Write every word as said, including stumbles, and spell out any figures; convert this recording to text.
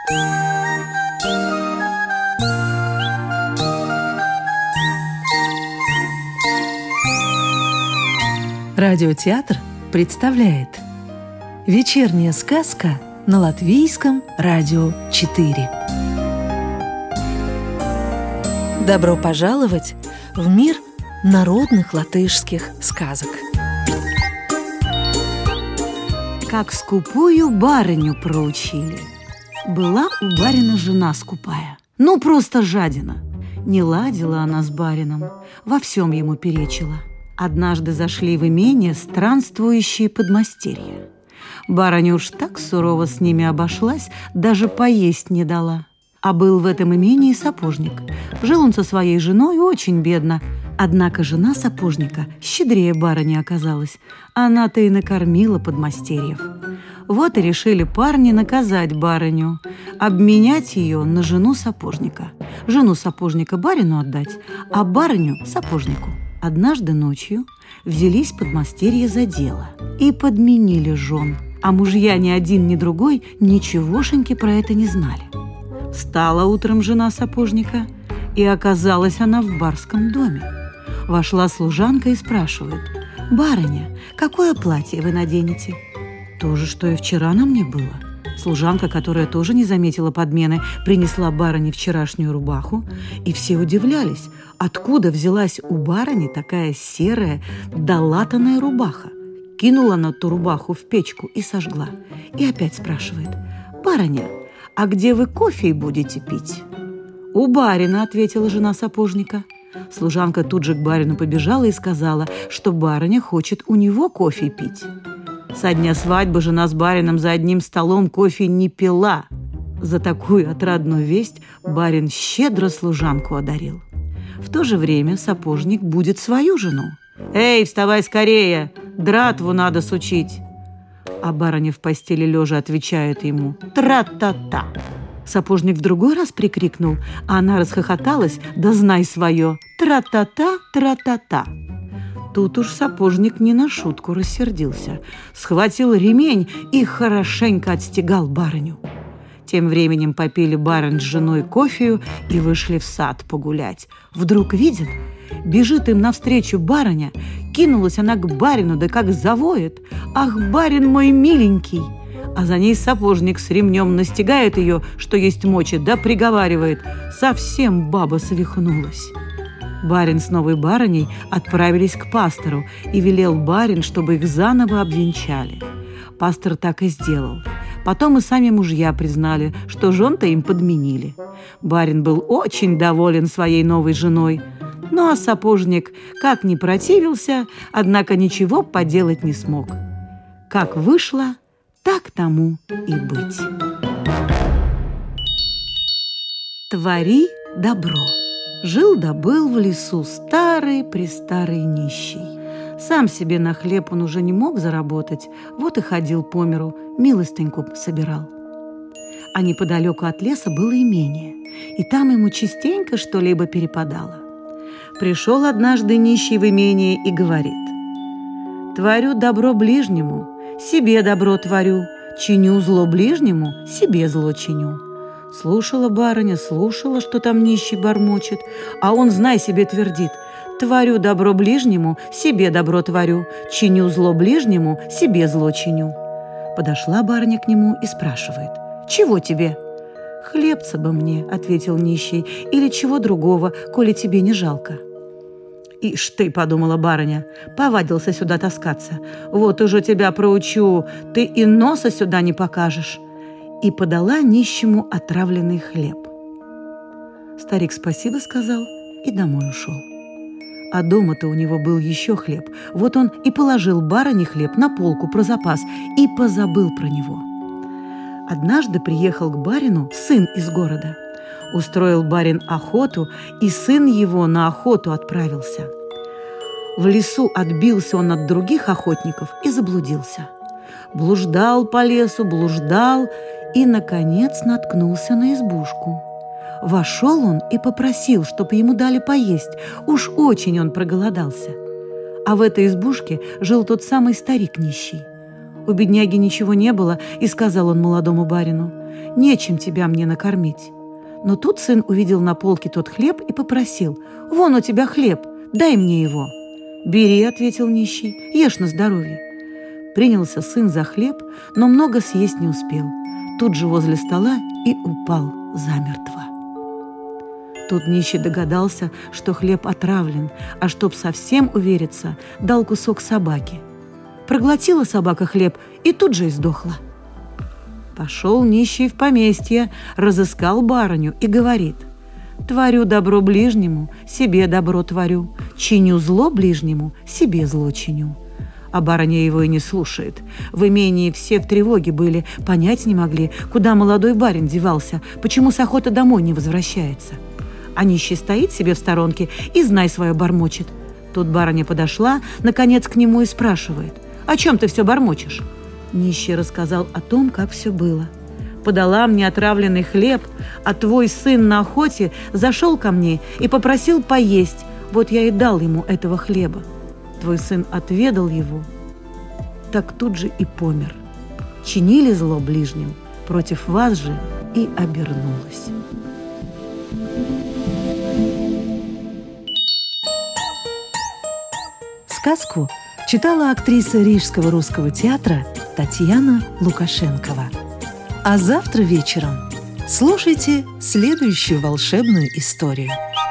Радиотеатр представляет «Вечерняя сказка» на Латвийском радио четыре. Добро пожаловать в мир народных латышских сказок. Как скупую барыню проучили. Была у барина жена скупая, ну просто жадина. Не ладила она с барином, во всем ему перечила. Однажды зашли в имение странствующие подмастерья. Барыня уж так сурово с ними обошлась, даже поесть не дала. А был в этом имении сапожник. Жил он со своей женой очень бедно. Однако жена сапожника щедрее барыни оказалась. Она-то и накормила подмастерьев. Вот и решили парни наказать барыню, обменять ее на жену сапожника. Жену сапожника барину отдать, а барыню сапожнику. Однажды ночью взялись подмастерья за дело и подменили жен, а мужья ни один, ни другой ничегошеньки про это не знали. Встала утром жена сапожника, и оказалась она в барском доме. Вошла служанка и спрашивает: «Барыня, какое платье вы наденете?» «То же, что и вчера на мне было». Служанка, которая тоже не заметила подмены, принесла барыне вчерашнюю рубаху, и все удивлялись, откуда взялась у барыни такая серая, долатанная рубаха. Кинула она ту рубаху в печку и сожгла. И опять спрашивает: «Барыня, а где вы кофе будете пить?» «У барина», — ответила жена сапожника. Служанка тут же к барину побежала и сказала, что барыня хочет у него кофе пить. Со дня свадьбы жена с барином за одним столом кофе не пила. За такую отрадную весть барин щедро служанку одарил. В то же время сапожник будет свою жену. «Эй, вставай скорее, дратву надо сучить!» А барыня в постели лежа отвечает ему: «Тра-та-та!» Сапожник в другой раз прикрикнул, а она расхохоталась: «Да знай свое! Тра-та-та, тра-та-та!» Тут уж сапожник не на шутку рассердился, схватил ремень и хорошенько отстегал барыню. Тем временем попили барин с женой кофею и вышли в сад погулять. Вдруг видят, бежит им навстречу барыня, кинулась она к барину, да как завоет: «Ах, барин мой миленький!» А за ней сапожник с ремнем настигает ее, что есть мочи, да приговаривает: «Совсем баба свихнулась». Барин с новой барыней отправились к пастору, и велел барин, чтобы их заново обвенчали. Пастор так и сделал. Потом и сами мужья признали, что жен-то им подменили. Барин был очень доволен своей новой женой. Ну а сапожник как ни противился, однако ничего поделать не смог. Как вышло, так тому и быть. Твори добро. Жил да был в лесу старый-престарый нищий. Сам себе на хлеб он уже не мог заработать, вот и ходил по миру, милостыньку собирал. А неподалеку от леса было имение, и там ему частенько что-либо перепадало. Пришел однажды нищий в имение и говорит: «Творю добро ближнему, себе добро творю, чиню зло ближнему, себе зло чиню». Слушала барыня, слушала, что там нищий бормочет, а он, знай себе, твердит: «Творю добро ближнему, себе добро творю, чиню зло ближнему, себе зло чиню». Подошла барыня к нему и спрашивает: «Чего тебе?» «Хлебца бы мне», — ответил нищий, — «или чего другого, коли тебе не жалко». «Ишь ты», — подумала барыня, — «повадился сюда таскаться. Вот уже тебя проучу, ты и носа сюда не покажешь». И подала нищему отравленный хлеб. Старик спасибо сказал и домой ушел. А дома-то у него был еще хлеб. Вот он и положил барыне хлеб на полку про запас и позабыл про него. Однажды приехал к барину сын из города. Устроил барин охоту, и сын его на охоту отправился. В лесу отбился он от других охотников и заблудился. Блуждал по лесу, блуждал и, наконец, наткнулся на избушку. Вошел он и попросил, чтобы ему дали поесть. Уж очень он проголодался. А в этой избушке жил тот самый старик нищий. У бедняги ничего не было, и сказал он молодому барину: нечем тебя мне накормить». Но тут сын увидел на полке тот хлеб и попросил: «Вон у тебя хлеб, дай мне его». «Бери», — ответил нищий, — «ешь на здоровье». Принялся сын за хлеб, но много съесть не успел. Тут же возле стола и упал замертво. Тут нищий догадался, что хлеб отравлен, а чтоб совсем увериться, дал кусок собаке. Проглотила собака хлеб и тут же и сдохла. Пошел нищий в поместье, разыскал барыню и говорит: «Творю добро ближнему, себе добро творю, чиню зло ближнему, себе зло чиню». А барыня его и не слушает. В имении все в тревоге были, понять не могли, куда молодой барин девался, почему с охоты домой не возвращается. А нищий стоит себе в сторонке и, знай свое, бормочет. Тут барыня подошла, наконец, к нему и спрашивает: «О чем ты все бормочешь?» Нищий рассказал о том, как все было. «Подала мне отравленный хлеб, а твой сын на охоте зашел ко мне и попросил поесть, вот я и дал ему этого хлеба. Твой сын отведал его, так тут же и помер. Чинили зло ближним, против вас же и обернулось». Сказку читала актриса Рижского русского театра Татьяна Лукашенкова. А завтра вечером слушайте следующую волшебную историю.